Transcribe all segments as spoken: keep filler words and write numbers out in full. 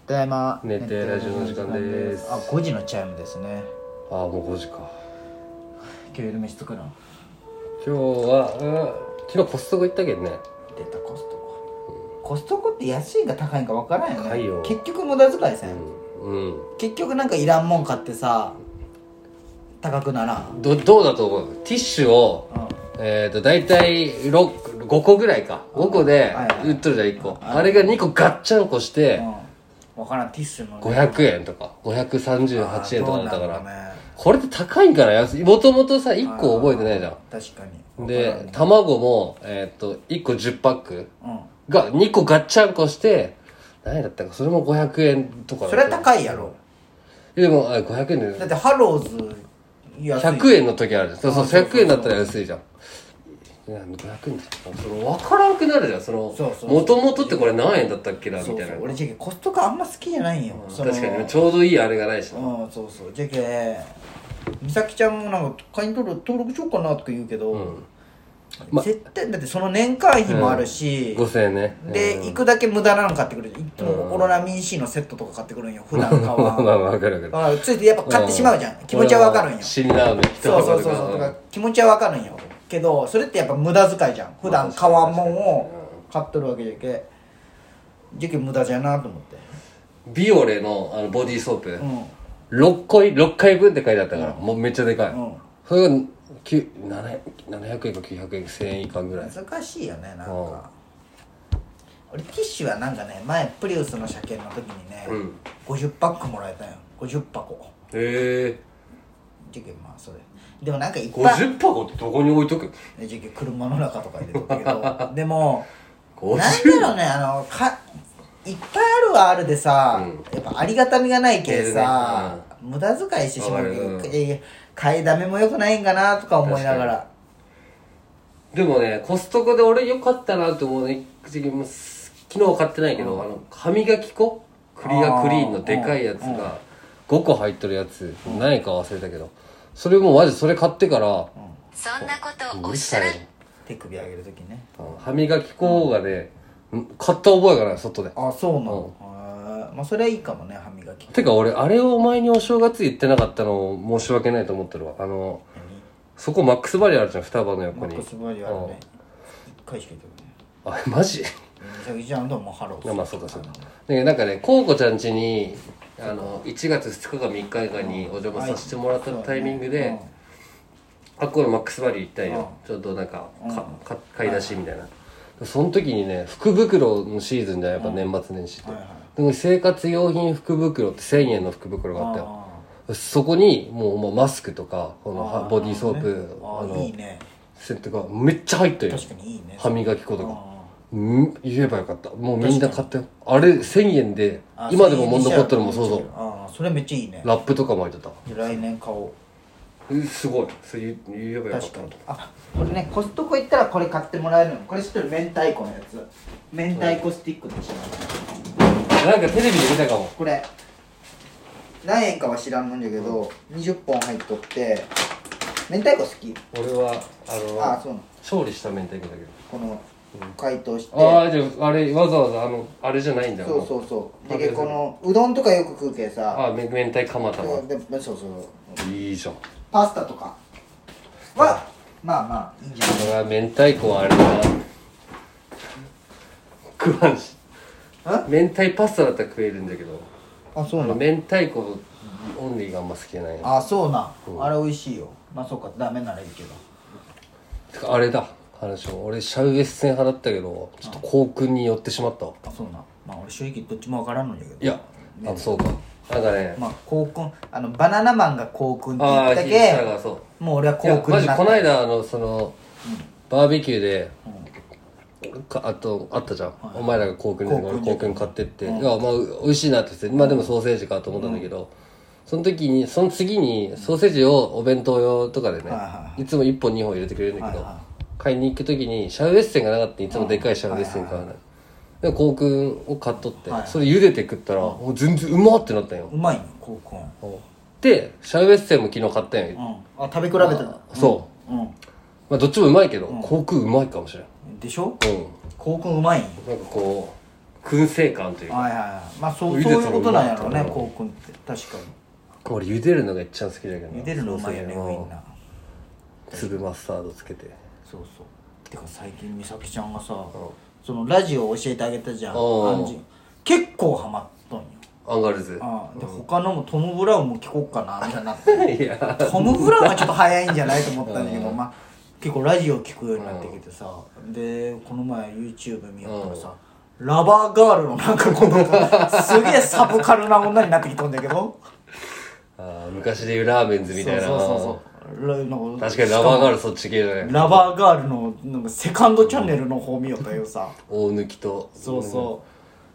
ただいま寝てラジオの時間です。 あ、ごじのチャイムですね。 ああ、もうごじか。 今日夜飯作るの？ 今日は、うん、昨日コストコ行ったけどね。 出たコストコ、うん、コストコって安いか高いか分からんよね。 高いよ。 結局無駄遣いせん、 うんうん、 結局なんかいらんもん買ってさ高くならん。 どどうだと思う？ティッシュを、うん、えっと大体ごこぐらいか、ごこで売っとるじゃんいっこ、あ, あれがにこガッチャンコして、 うん、分からん。ティッシュの、ね、 ごひゃくえんとかごひゃくさんじゅうはちえんとかだったから、 ね、これって高いんかな。安い。もともとさいっこ覚えてないじゃん。 確かに。 で卵も、えー、っといっこじゅっパックがにこガッチャンコして何だったか、それもごひゃくえんとかだった。 それは高いやろ。 でもあごひゃくえんで、 だってハローズひゃくえんの時あるじゃん。そうそう、ひゃくえんだったら安いじゃん。いやごひゃくえんだその分からんくなるじゃん。そのもともとってこれ何円だったっけなみたいな。そうそう、 俺じゃけコストコあんま好きじゃないんよ、 うん、確かにちょうどいいあれがないしな。 うん、そうそう。じゃけ美咲ちゃんもなんか会員登録登録しようかなとか言うけど、うん、ま、絶対だってその年会費もあるし、 うん、ごせんえんね。 で、うん、行くだけ無駄なの買ってくる。いつもオロナミン C のセットとか買ってくるんよ普段買わんまあ分かる分かる。 ついてやっぱ買ってしまうじゃん、うん、気持ちは分かるんよ。 死んだめそうそうそうそう、だから気持ちは分かるんよけど、それってやっぱ無駄遣いじゃん。普段買わんもんを買っとるわけじゃけじゃけ無駄じゃなと思って。 ビオレ の, あのボディーソープ、うん、ろっころっかいぶんって書いてあったから、うん、もうめっちゃでかい、うん、それがななひゃくえんかきゅうひゃくえん、せんえん以下ぐらい。 難しいよねなんか、うん、俺ティッシュはなんかね、前プリウスの車検の時にね、うん、ごじゅっパックもらえたんよ。ごじゅっぱこ。へえ。じゃけまあそれでもなんかいっぱいごじゅっぱこってどこに置いとく？ じゃけ車の中とか入れとくけどでもなんだろうね、あのかいっぱいあるはあるでさ、うん、やっぱありがたみがないけさ、うん、無駄遣いしてしまうけど、うん、買いだめもよくないんかなとか思いながら。 でもね、コストコで俺よかったなと思うね。昨日買ってないけど、うん、あの歯磨き粉クリアクリーンのでかいやつがごこ入っとるやつ、うん、何か忘れたけど、それもマジそれ買ってから、うん、 そんなことをおっしゃる。 手首上げるときね、 歯磨き粉がね、うん、買った覚えがない外で。 あ、そうなの、うん、まあそれはいいかもね、歯磨き粉。 てか俺あれを前にお正月言ってなかったの申し訳ないと思ってるわ。あのそこマックスバリューあるじゃん、双葉の横に。 マックスバリューあるね、いっかいしか言ってない。あれマジ？ 美咲ちゃんともハロー。 まあそうかそうか。でなんかね、コウコちゃん家にあのいちがつふつかかみっかかにお邪魔させてもらったタイミングで、うん、あっこのマックスバリュー行ったんよ、うん、ちょっとなんか、うん、かか買い出しみたいな、はい、その時にね、福袋のシーズンじゃんやっぱ年末年始って、うんはいはい、でも生活用品福袋ってせんえんの福袋があったよ。そこにもう、まあ、マスクとかこのボディーソープ、ね、 あのいいね、 セットがめっちゃ入ってるよ。 確かにいいね。 歯磨き粉とかん言えばよかった。もうみんな買ったよ。あれせんえんで今でももん残ってるのも。そうそう、 ああそれめっちゃいいね。 ラップとかも入ってた。 来年買おう。すごい、それ言えばよかった。 確かに。あ、これね、コストコ行ったらこれ買ってもらえるの。これ知ってる？明太子のやつ、明太子スティックって知らない？ なんかテレビで見たかも。 これ何円かは知らんのんじゃけど、うん、にじゅっぽん入っとって。明太子好き？ 俺はあのあ、そうなの。 調理した明太子だけどこの解凍して、 ああ、じゃああれわざわざあのあれじゃないんだ。 そうそうそう。でこのうどんとかよく食うけさ、 ああ、明太釜玉でそうそういいじゃん。 パスタとかはまあまあいいんじゃない。 それは明太子はあれだ食わんし、明太パスタだったら食えるんだけど。 あ、そうなの。 明太子オンリーがあんま好きじゃない。 あ、そうな、うん、あれ美味しいよ。まあそうか、ダメならいいけど。 てかあれだ話も、俺シャウエッセン派だったけどちょっとコウ君に寄ってしまったわ。 あ、そうな。まあ俺正直どっちもわからんのやけど。 いや、あ、そうか。なんかね、 まあコウ君、あのバナナマンがコウ君って言ったけ、 あそう、 もう俺はコウ君になった。 マジこの間あのその、うん、バーベキューで、うん、かあとあったじゃん、はい、お前らがコウ君でコウ君買ってって、うん、いやまあ美味しいなって言って、まあでもソーセージかと思ったんだけど、うん、その時にその次にソーセージをお弁当用とかでね、はいはい、いつもいっぽんにほん入れてくれるんだけど、はいはい、買いに行く時にシャウエッセンがなかった。いつもでかいシャウエッセン買わない、でコウ君を買っとって、はいはい、それ茹でて食ったら、もう全然うまってなったんよ。 うまいのコウ君でシャウエッセンも昨日買ったんよ、 うん、あ食べ比べたの。 そう、うんうん、まあどっちもうまいけど、うん、コウ君うまいかもしれんでしょ。うん、コウ君うまいん。 なんかこう燻製感というか、 はいはいはい、まあそうそういうことなんやろうね、コウ君って確かに。 俺茹でるのが一番好きだけどな。 茹でるのうまいよね、ウインナー。 粒マスタードつけて。 そうそう。てか最近美咲ちゃんがさ、そのラジオを教えてあげたじゃん、アンジ結構ハマっとんよ、 アンガールズ。 ああで、他のもトム・ブラウンも聞こうかなみたいになっていやトム・ブラウンはちょっと早いんじゃないと思ったんだけど、まあ結構ラジオ聞くようになってきてさ、でこの前 YouTube 見よったらさ、ラバーガールのなんかこのすげえサブカルな女になってきとんだけどあ昔でいうラーメンズみたいな。 そうそうそうそう、 確かにラバーガールそっち系じゃない。 ラバーガールのなんかセカンドチャンネルの方見よったよさ、 大抜きと。 そうそう、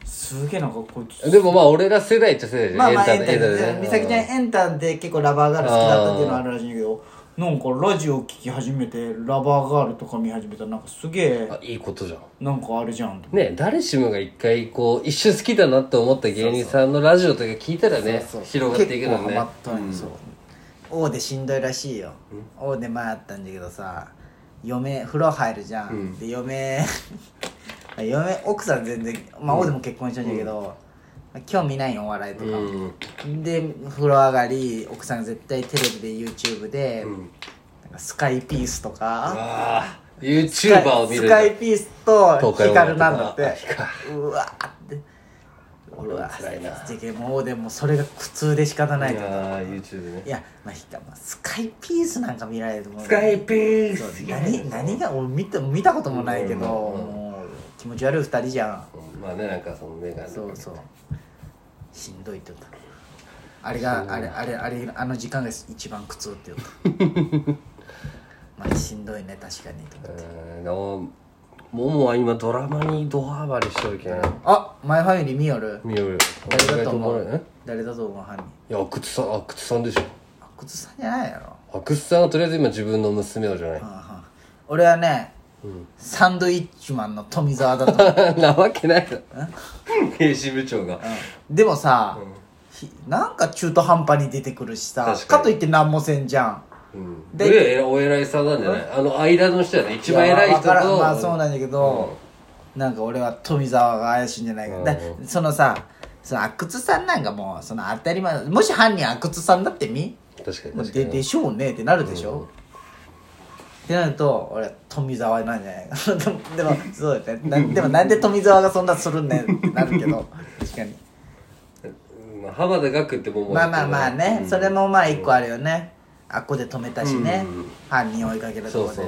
すげえなんかこいつ。 でもまあ俺ら世代っちゃ世代じゃん。 まあまあエンタエンタでー美咲ちゃんエンターで結構ラバーガール好きだったっていうのはあるらしいんだけど、なんかラジオ聞き始めてラバーガールとか見始めたらなんかすげえあいいことじゃん。 なんかあれじゃんね、誰しもが一回こう一瞬好きだなって思った芸人さんのラジオとか聞いたらね、 そうそう広がっていくのね。 結構ハマったんよ、そう大でしんどいらしいよ。大で前あったんだけどさ、嫁風呂入るじゃん、うん、で嫁嫁奥さん全然まあ大でも結婚したんだけど、うん、興味ないよお笑いとか、うん、で風呂上がり奥さんが絶対テレビで YouTube で、うん、なんかスカイピースとか YouTuber を見るスカイピースとヒカルなんだって、うわーってうわ辛いな。 もうでもそれが苦痛で仕方ないけど、 いや YouTube ね。 いやまあ、まあ、スカイピースなんか見られると思う。 スカイピース何何が俺見た見たこともないけど、うん、もう気持ち悪い二人じゃん、 うん、まあねなんかその目がそうそうしんどいって言った、あれがあれあれあれあの時間が一番苦痛って言ったまあしんどいね確かにと思って、えーももは今ドラマにドハマりしとるけん。 あ、マイファミリー見よる見よる。 誰だと思う？誰だと思う犯人？ いや、阿久津さん、阿久津さんでしょ。 阿久津さんじゃないやろ。 阿久津さんはとりあえず今自分の娘をじゃない。はあはあ、俺はね、うん、サンドイッチマンの富澤だと思う。 なわけないだ刑事部長が、 うん、でもさ、うん、なんか中途半端に出てくるしさ、 か, かといって何もせんじゃん。 うん、でお偉いさんなんじゃない、うん、あの間の人やね、一番偉い人と。 まあそうなんだけど、うん、なんか俺は富澤が怪しいんじゃないか、うん、だそのさその阿久津さんなんかもうその当たり前、もし犯人阿久津さんだってみ確かに確かに で, でしょうねってなるでしょ、うん、ってなると俺は富澤なんじゃないかでもでもそうだねでもなんで富澤がそんなするんねんってなるけど確かに、 まあ、浜田岳ってもうまあまあまあね、うん、それもまあ一個あるよね、あっこで止めたしね、うんうん、犯人追いかけるとこで。 そうそう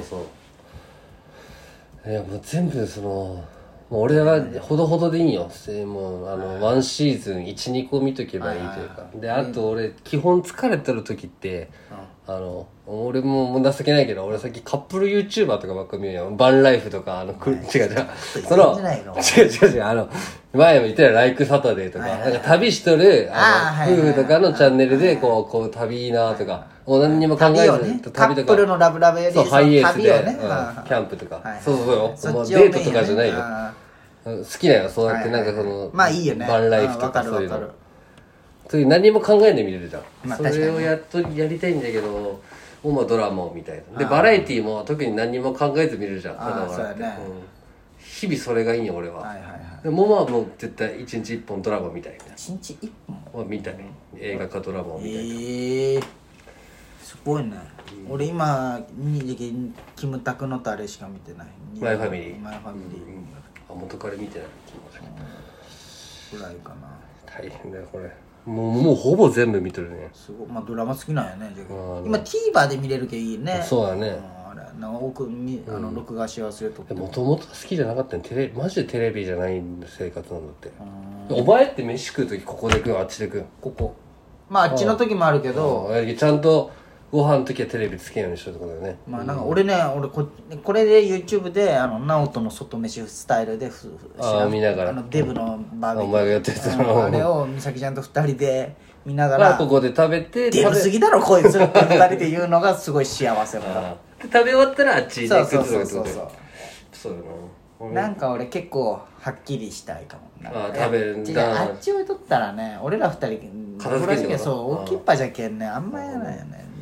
そう。いやもう全部そのもう俺はほどほどでいいよ。もうあのワンシーズンいち、にこ見とけばいいというか。であと俺基本疲れてる時って、うん、あの俺も情けないけど俺さっきカップル YouTuber とかばっか見るやん。バンライフとかあの、はい、違う違うその違う違う違うあの前も言ったよライクサタデーとか、はいはいはい、なんか旅しとるあの夫婦とかのチャンネルでこうこう旅いいなとか。もう何にも考えず、 ね、旅とかカップルのラブラブよりそうハイエースで、 ね、 うん、キャンプとか、 はいはい、 そうそうよ、 そもうデートとかじゃないよ、好きなよそうやってなんかその、はいはい、 まあいいよねバンライフとかそういうのそういう何も考えんで見れるじゃん、まあ、それをやっとやりたいんだけどもうまあドラマみたいなでバラエティーも特に何も考えず見れるじゃん、ただ笑って、ね、うん、日々それがいいよ俺は、はいはいはい、でももはもう絶対一日一本ドラマみたいな一日一本見たい映画かドラマを見たいと、えーすごいね、うん、俺今にキムタクのとあれしか見てないマイファミリーマイファミリー、うん、 あ元彼見てないぐらいかな。 大変だよこれもうもうほぼ全部見てるね。 すごいまあドラマ好きなんやね今 TVer で見れるけいいね。 そうだね、 あれなんか奥みあの録画し忘れとってもともと好きじゃなかったのテレマジでテレビじゃない生活なんだって。お前って飯食う時ここで食うあっちで食うここまああっちの時もあるけどちゃんとご飯の時はテレビつけんようにしとるってことだよね。 まあなんか俺ね、うん、俺 こ, これで YouTube であの直人の外飯スタイルでふあ見ながらあのデブのバーベキューお前がやってたのあれを美咲ちゃんとふたりで見ながら、 まあ、ここで食べてデブすぎだろこいつってふたりで言うのがすごい幸せだから食べ終わったらあっちでそうそうそうそうそうそうよななんか俺結構はっきりしたいかもな。 あ食べるんだあっち置いとったらね俺らふたり片付けてそう大きっぱじゃけんねあんまやないよね。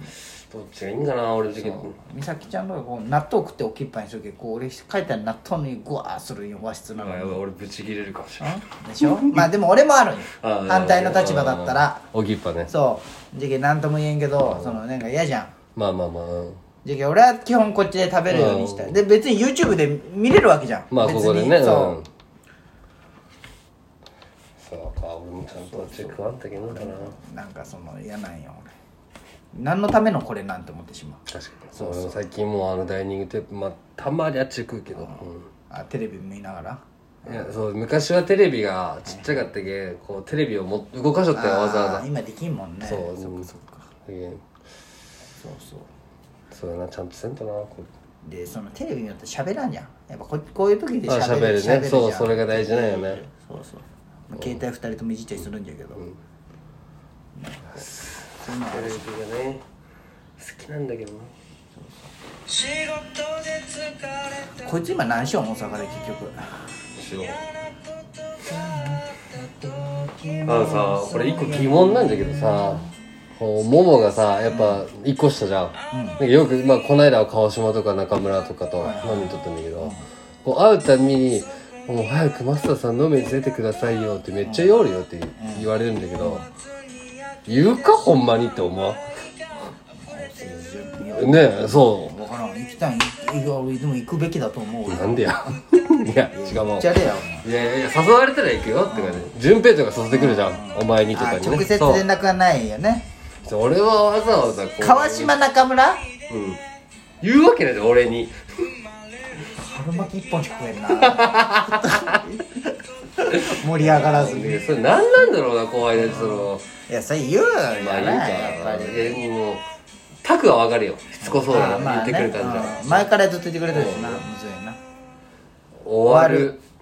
どっちがいいんかな俺的に。 美咲ちゃんとかこう納豆食って置きっぱにしとけこう俺書いたら納豆にグワーするよ和室なのに俺ブチ切れるかもしれない。 でしょまあでも俺もあるよ反対の立場だったら置きっぱね。 そうじゃけ何とも言えんけどそのなんか嫌じゃん。 まあまあまあ、うん、 じゃけ俺は基本こっちで食べるようにしたい。で別に YouTube で見れるわけじゃん。 まあここでね。 そう、 うん、そうか俺もちゃんとチェックあったけどな。 なんかその嫌なんよ俺。何のためのこれなんて思ってしまう。 確かにそうそう最近もうあのダイニングテープまあたまにあっち食うけど、うん、 あテレビ見ながらいやそう昔はテレビがちっちゃかったけこうテレビをも動かしとったよわざわざ。 今できんもんね。 そうそっかそっか、 うん、 そうそうそうやなちゃんとせんとなこでそのテレビによって喋らんじゃんやっぱここういう時で喋るあ喋るね喋るじゃん。 そうそれが大事なんよね。 そうそう、まあ、携帯ふたりともいじったりするんじゃけど、うん、 そういうのテレビがね好きなんだけどな。 こいつ今何しよう大阪で結局しようあのさこれ一個疑問なんだけどさこうモモがさやっぱ一個下じゃん、うん、なんかよく、まあ、この間は川島とか中村とかと飲みとったんだけど、はいはい、こう会うたびに「もう早くマスターさん飲みに出てくださいよ」ってめっちゃ言おるよって言われるんだけど、言うかほんまにって思うねえそう分からん行きたいでも行くべきだと思う。 なんでやいや違うもんじゃれやいやいや誘われたら行くよってかね順平とか誘ってくるじゃんお前にとかにね。 直接連絡はないよね。 俺はわざわざこう川島中村うん言うわけないじゃん俺に。 春巻き一本しか食えんな盛り上がらずに。 それ何なんだろうな後輩でそのいやそれ言うよまあ言うかやっぱりもうタクは分かるよしつこそうだな言ってくれたんじゃん、 前からずっと言ってくれたしなむずいな。 終わる。